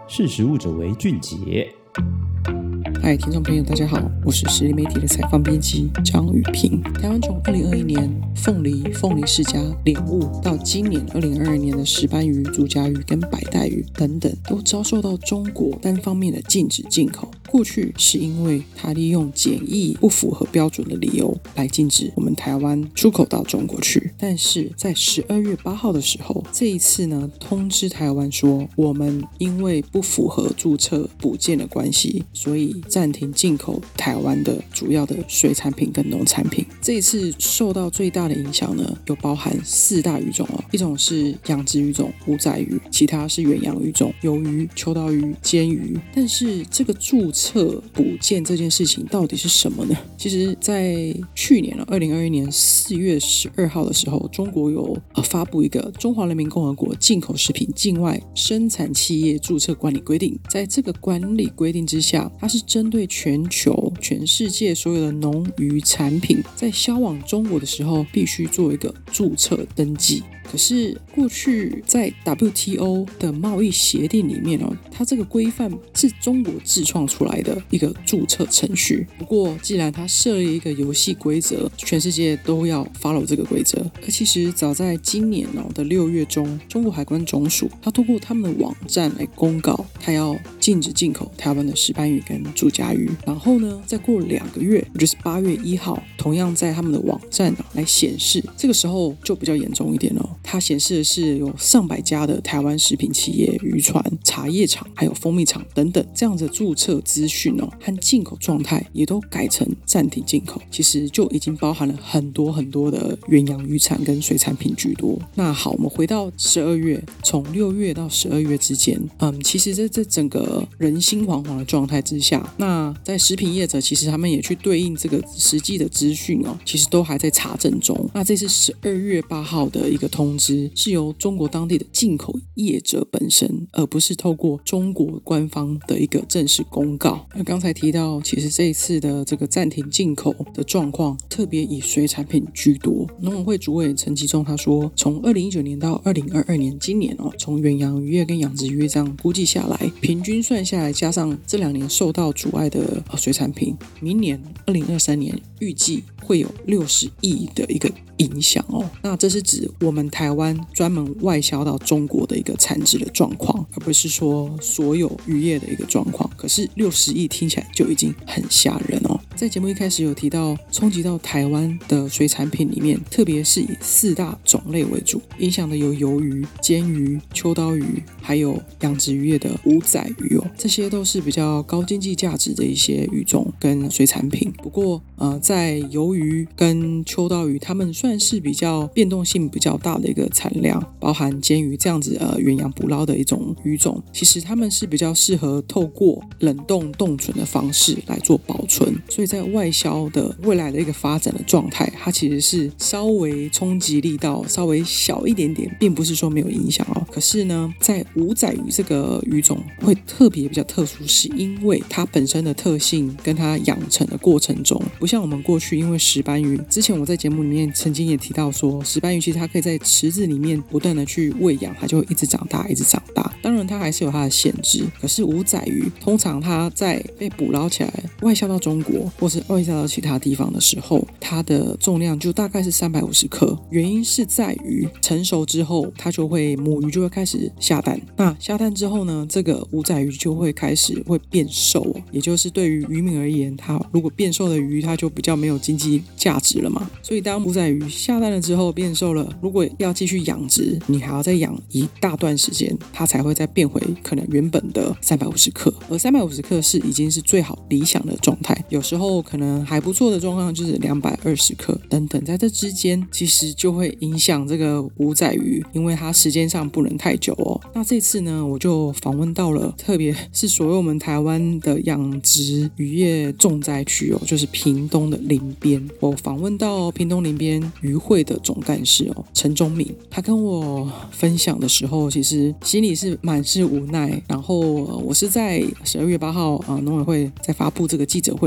识时务者为俊杰。 嗨，听众朋友，大家好，我是实力媒体的采访编辑张雨萍。台湾从2021年凤梨世家、莲雾，到今年2022年的石斑鱼、竹荚鱼跟白带鱼等等，都遭受到中国单方面的禁止进口。过去是因为它利用检疫不符合标准的理由来禁止我们台湾出口到中国去，但是在12月8号的时候，这一次呢通知台湾说，我们因为不符合注册补件的关系，所以暂停进口台湾的主要的水产品跟农产品。这一次受到最大的影响呢，有包含4大鱼种一种是养殖鱼种五仔鱼，其他是远洋鱼种鱿鱼、秋刀鱼、煎鱼。但是这个注册补件这件事情到底是什么呢？其实在去年2021年4月12号的时候，中国有发布一个中华人民共和国进口食品境外生产企业注册管理规定。在这个管理规定之下，它是针对全世界所有的农渔产品在销往中国的时候必须做一个注册登记。可是过去在 WTO 的贸易协定里面它这个规范是中国自创出来的一个注册程序。不过既然它设立一个游戏规则，全世界都要 follow 这个规则。而其实早在今年的6月中，中国海关总署它通过他们的网站来公告，它要禁止进口台湾的石斑鱼跟竹荚鱼。然后呢，再过2个月，也就是8月1号，同样在他们的网站来显示，这个时候就比较严重一点它显示的是有上百家的台湾食品企业、渔船、茶叶厂还有蜂蜜厂等等，这样的注册资讯和进口状态也都改成暂停进口。其实就已经包含了很多的远洋渔产跟水产品居多。那好，我们回到12月，从6月到12月之间，其实在这整个人心惶惶的状态之下，那在食品业者其实他们也去对应这个实际的资讯其实都还在查证中。那这是12月8号的一个通知，是由中国当地的进口业者本身，而不是透过中国官方的一个正式公告。那刚才提到，其实这一次的这个暂停进口的状况，特别以水产品居多。农委会主委陈吉仲他说，从2019年到2022年，今年从远洋渔业跟养殖渔业这样估计下来，平均算下来，加上这2年受到阻碍的水产品，明年2023年预计会有60亿的一个影响那这是指我们台湾专门外销到中国的一个产值的状况，而不是说所有渔业的一个状况。可是60亿听起来就已经很吓人在节目一开始有提到，冲击到台湾的水产品里面，特别是以4大种类为主，影响的有鱿鱼、煎鱼、秋刀鱼，还有养殖渔业的五仔鱼这些都是比较高经济价值的一些鱼种跟水产品。不过在鱿鱼跟秋刀鱼，它们算是比较变动性比较大的一个产量，包含煎鱼这样子远洋捕捞的一种鱼种，其实它们是比较适合透过冷冻冻存的方式来做保存，所以在外销的未来的一个发展的状态，它其实是稍微冲击力道稍微小一点点，并不是说没有影响可是呢，在五仔鱼这个鱼种会特别比较特殊，是因为它本身的特性跟它养成的过程中，不像我们过去因为石斑鱼，之前我在节目里面曾经也提到说，石斑鱼其实它可以在池子里面不断的去喂养，它就会一直长大一直长大。当然它还是有它的限制，可是五仔鱼通常它在被捕捞起来外销到中国或是外销到其他地方的时候，它的重量就大概是350克。原因是在于成熟之后，它就会母鱼就会开始下蛋，那下蛋之后呢，这个五仔鱼就会开始会变瘦也就是对于渔民而言，它如果变瘦的鱼，它就比较没有经济价值了嘛。所以当五仔鱼下蛋了之后变瘦了，如果要继续养殖，你还要再养一大段时间，它才会再变回可能原本的350克。而350克是已经是最好理想的状态，有时候可能还不错的状况就是220克等等，在这之间其实就会影响这个五仔鱼，因为它时间上不能太久那这次呢，我就访问到了，特别是所有我们台湾的养殖渔业重灾区就是屏东的林边。我访问到屏东林边渔会的总干事陈忠敏，他跟我分享的时候，其实心里是满是无奈。然后我是在12月8号农委会在发布这个记者会的时候，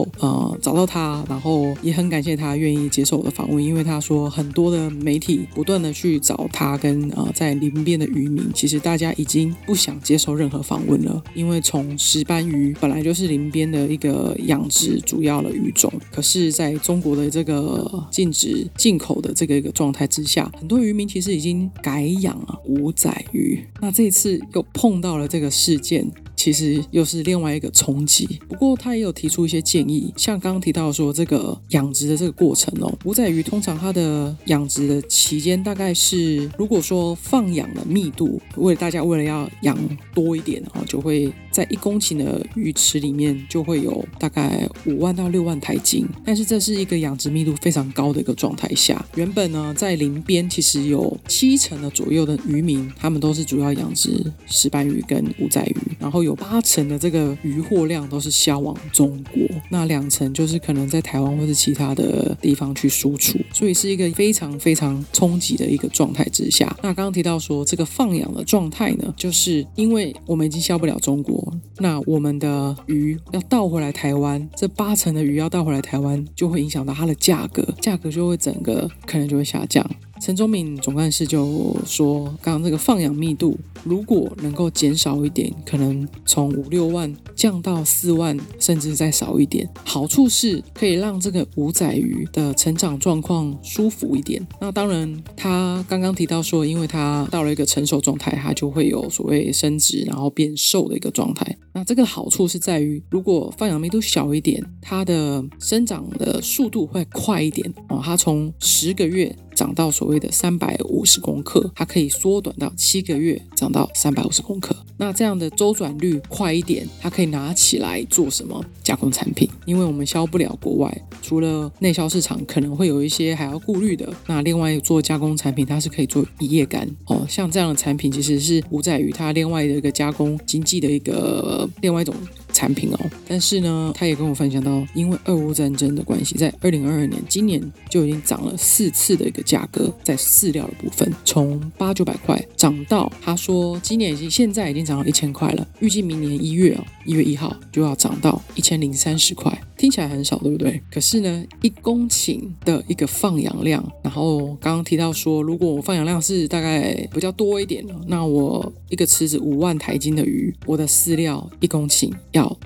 找到他，然后也很感谢他愿意接受我的访问，因为他说很多的媒体不断的去找他跟在林边的渔民，其实大家已经不想接受任何访问了，因为从石斑鱼本来就是林边的一个养殖主要的鱼种，可是在中国的这个禁止进口的这个一个状态之下，很多渔民其实已经改养五仔鱼。那这一次又碰到了这个事件，其实又是另外一个冲击。不过他也有提出一些建议，像刚刚提到说这个养殖的这个过程五仔鱼通常它的养殖的期间大概是，如果说放养的密度，大家为了要养多一点就会在1公顷的鱼池里面就会有大概5万到6万台斤，但是这是一个养殖密度非常高的一个状态下。原本呢在林边其实有70%的左右的渔民，他们都是主要养殖石斑鱼跟五仔鱼，然后有80%的这个渔获量都是销往中国，那2成就是可能在台湾或是其他的地方去输出，所以是一个非常非常冲击的一个状态之下。那刚刚提到说这个放养的状态呢，就是因为我们已经销不了中国，那我们的鱼要倒回来台湾，这80%的鱼要倒回来台湾，就会影响到它的价格就会整个可能就会下降。陈宗敏总干事就说，刚刚这个放养密度如果能够减少一点，可能从5、6万降到4万，甚至再少一点，好处是可以让这个五仔鱼的成长状况舒服一点。那当然他刚刚提到说，因为它到了一个成熟状态，它就会有所谓生殖然后变瘦的一个状态。那这个好处是在于，如果放养密度小一点，它的生长的速度会快一点它从10个月长到所谓的350公克，它可以缩短到7个月长到350公克。那这样的周转率快一点，它可以拿起来做什么加工产品？因为我们销不了国外，除了内销市场可能会有一些还要顾虑的，那另外做加工产品，它是可以做一夜干像这样的产品其实是五仔鱼它另外的一个加工经济的一个另外一种产品但是呢他也跟我分享到，因为俄乌战争的关系，在2022年今年就已经涨了4次的一个价格，在饲料的部分从800-900块涨到，他说今年现在已经涨到1000块了，预计明年1月1号就要涨到1030块。听起来很少对不对？可是呢1公顷的一个放养量，然后刚刚提到说如果我放养量是大概比较多一点那我一个池子5万台斤的鱼，我的饲料1公顷要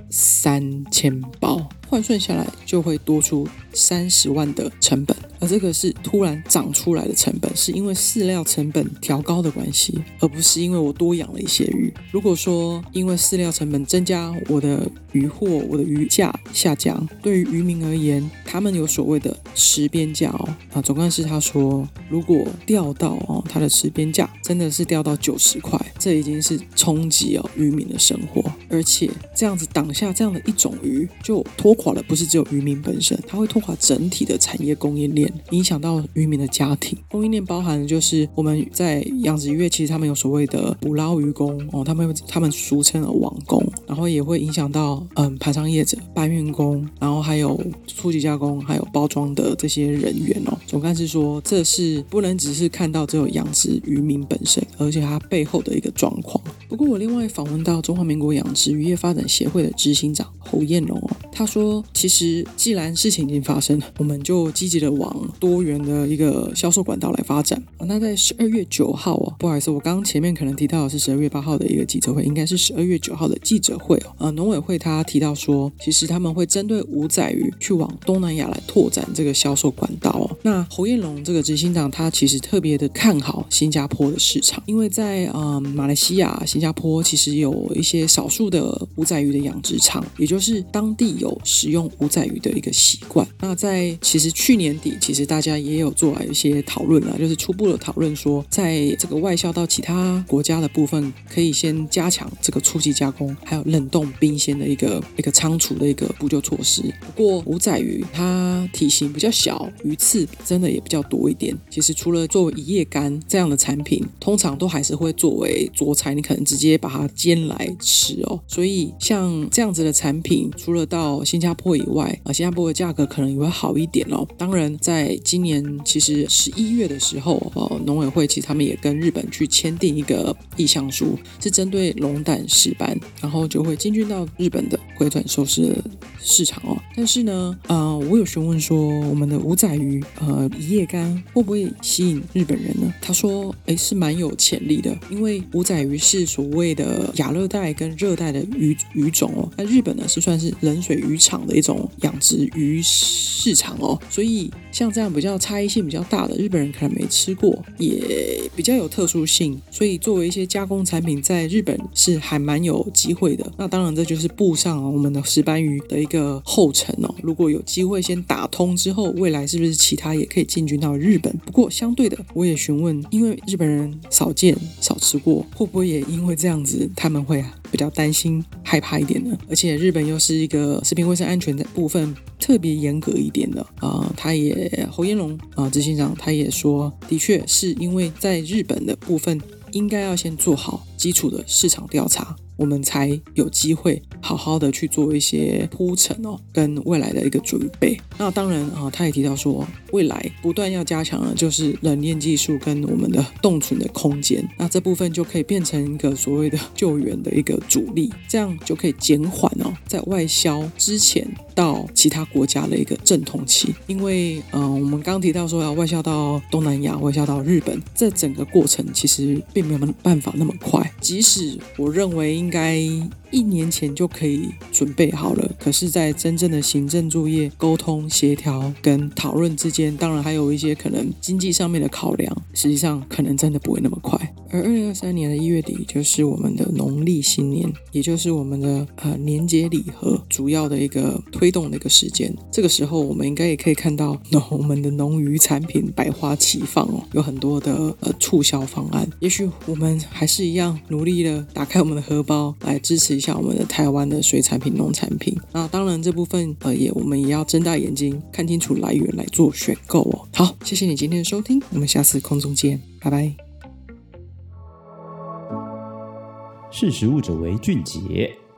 3000包，换算下来就会多出30万的成本，而这个是突然长出来的成本，是因为饲料成本调高的关系，而不是因为我多养了一些鱼。如果说因为饲料成本增加，我的渔获我的鱼价下降，对于渔民而言，他们有所谓的池边价总干事他说，如果掉到他的池边价真的是掉到90块，这已经是冲击渔民的生活，而且这样子挡下这样的一种鱼，就拖垮了不是只有渔民本身，它会拖垮整体的产业供应链，影响到渔民的家庭。供应链包含的就是我们在养殖渔业，其实他们有所谓的捕捞渔工他们俗称的网工，然后也会影响到盘商业者、搬运工，然后还有初级加工还有包装的这些人员总干事说，这是不能只是看到只有养殖渔民本身，而且它背后的一个状况。不过我另外访问到中华民国养殖渔业发展协会的执行长侯彦龙他说，其实既然事情已经发生了，我们就积极的往多元的一个销售管道来发展。那在12月9号不好意思，我刚刚前面可能提到的是12月8号的一个记者会，应该是12月9号的记者会农委会他提到说，其实他们会针对五仔鱼去往东南亚来拓展这个销售管道那侯彦龙这个执行长他其实特别的看好新加坡的市场，因为在马来西亚、新加坡其实有一些少数的五仔鱼的养殖场，也就是当地有使用五仔鱼的一个习惯。那在其实去年底，其实大家也有做一些讨论就是初步的讨论说，在这个外销到其他国家的部分，可以先加强这个初级加工，还有冷冻冰鲜的一个仓储的一个补救措施。不过五仔鱼它体型比较小，鱼刺真的也比较多一点，其实除了作为一夜干这样的产品，通常都还是会作为桌菜，你可能直接把它煎来吃所以像这样子的产品，除了到新加坡以外新加坡的价格可能也会好一点当然在今年其实11月的时候农委会其实他们也跟日本去签订一个意向书，是针对龙胆石斑，然后就会进军到日本的回转寿司的市场哦。但是呢，我有询问说我们的五仔鱼一夜干会不会吸引日本人呢？他说，是蛮有潜力的，因为五仔鱼是所谓的亚热带跟热带的鱼种哦。那日本呢是算是冷水渔场的一种养殖鱼市场哦，所以像这样比较差异性比较大的，日本人可能没吃过，也比较有特殊性，所以作为一些加工产品在日本是还蛮有机会的。那当然这就是步上我们的石斑鱼的一个后尘哦。如果有机会先打通之后，未来是不是其他也可以进军到日本？不过相对的，我也询问，因为日本人少见少吃过，会不会也因为这样子他们会比较担心害怕一点呢？而且日本又是一个食品卫生安全的部分特别严格一点的他也侯彦龙执行长他也说，的确是因为在日本的部分应该要先做好基础的市场调查，我们才有机会好好的去做一些铺陈跟未来的一个准备。那当然他也提到说，未来不断要加强的就是冷链技术跟我们的冻存的空间，那这部分就可以变成一个所谓的救援的一个主力，这样就可以减缓在外销之前到其他国家的一个阵痛期。因为我们刚提到说要外销到东南亚，外销到日本，这整个过程其实并没有办法那么快，即使我认为应该1年前就可以准备好了，可是在真正的行政作业、沟通、协调跟讨论之间，当然还有一些可能经济上面的考量，实际上可能真的不会那么快。而2023年的1月底就是我们的农历新年，也就是我们的年节礼盒主要的一个推动的一个时间。这个时候我们应该也可以看到我们的农渔产品百花齐放有很多的促销方案。也许我们还是一样努力的打开我们的荷包来支持一下我们的台湾的水产品、农产品。那当然这部分我们也要睁大眼睛看清楚来源来做选购好，谢谢你今天的收听，我们下次空中见，拜拜。 识时务者为俊杰。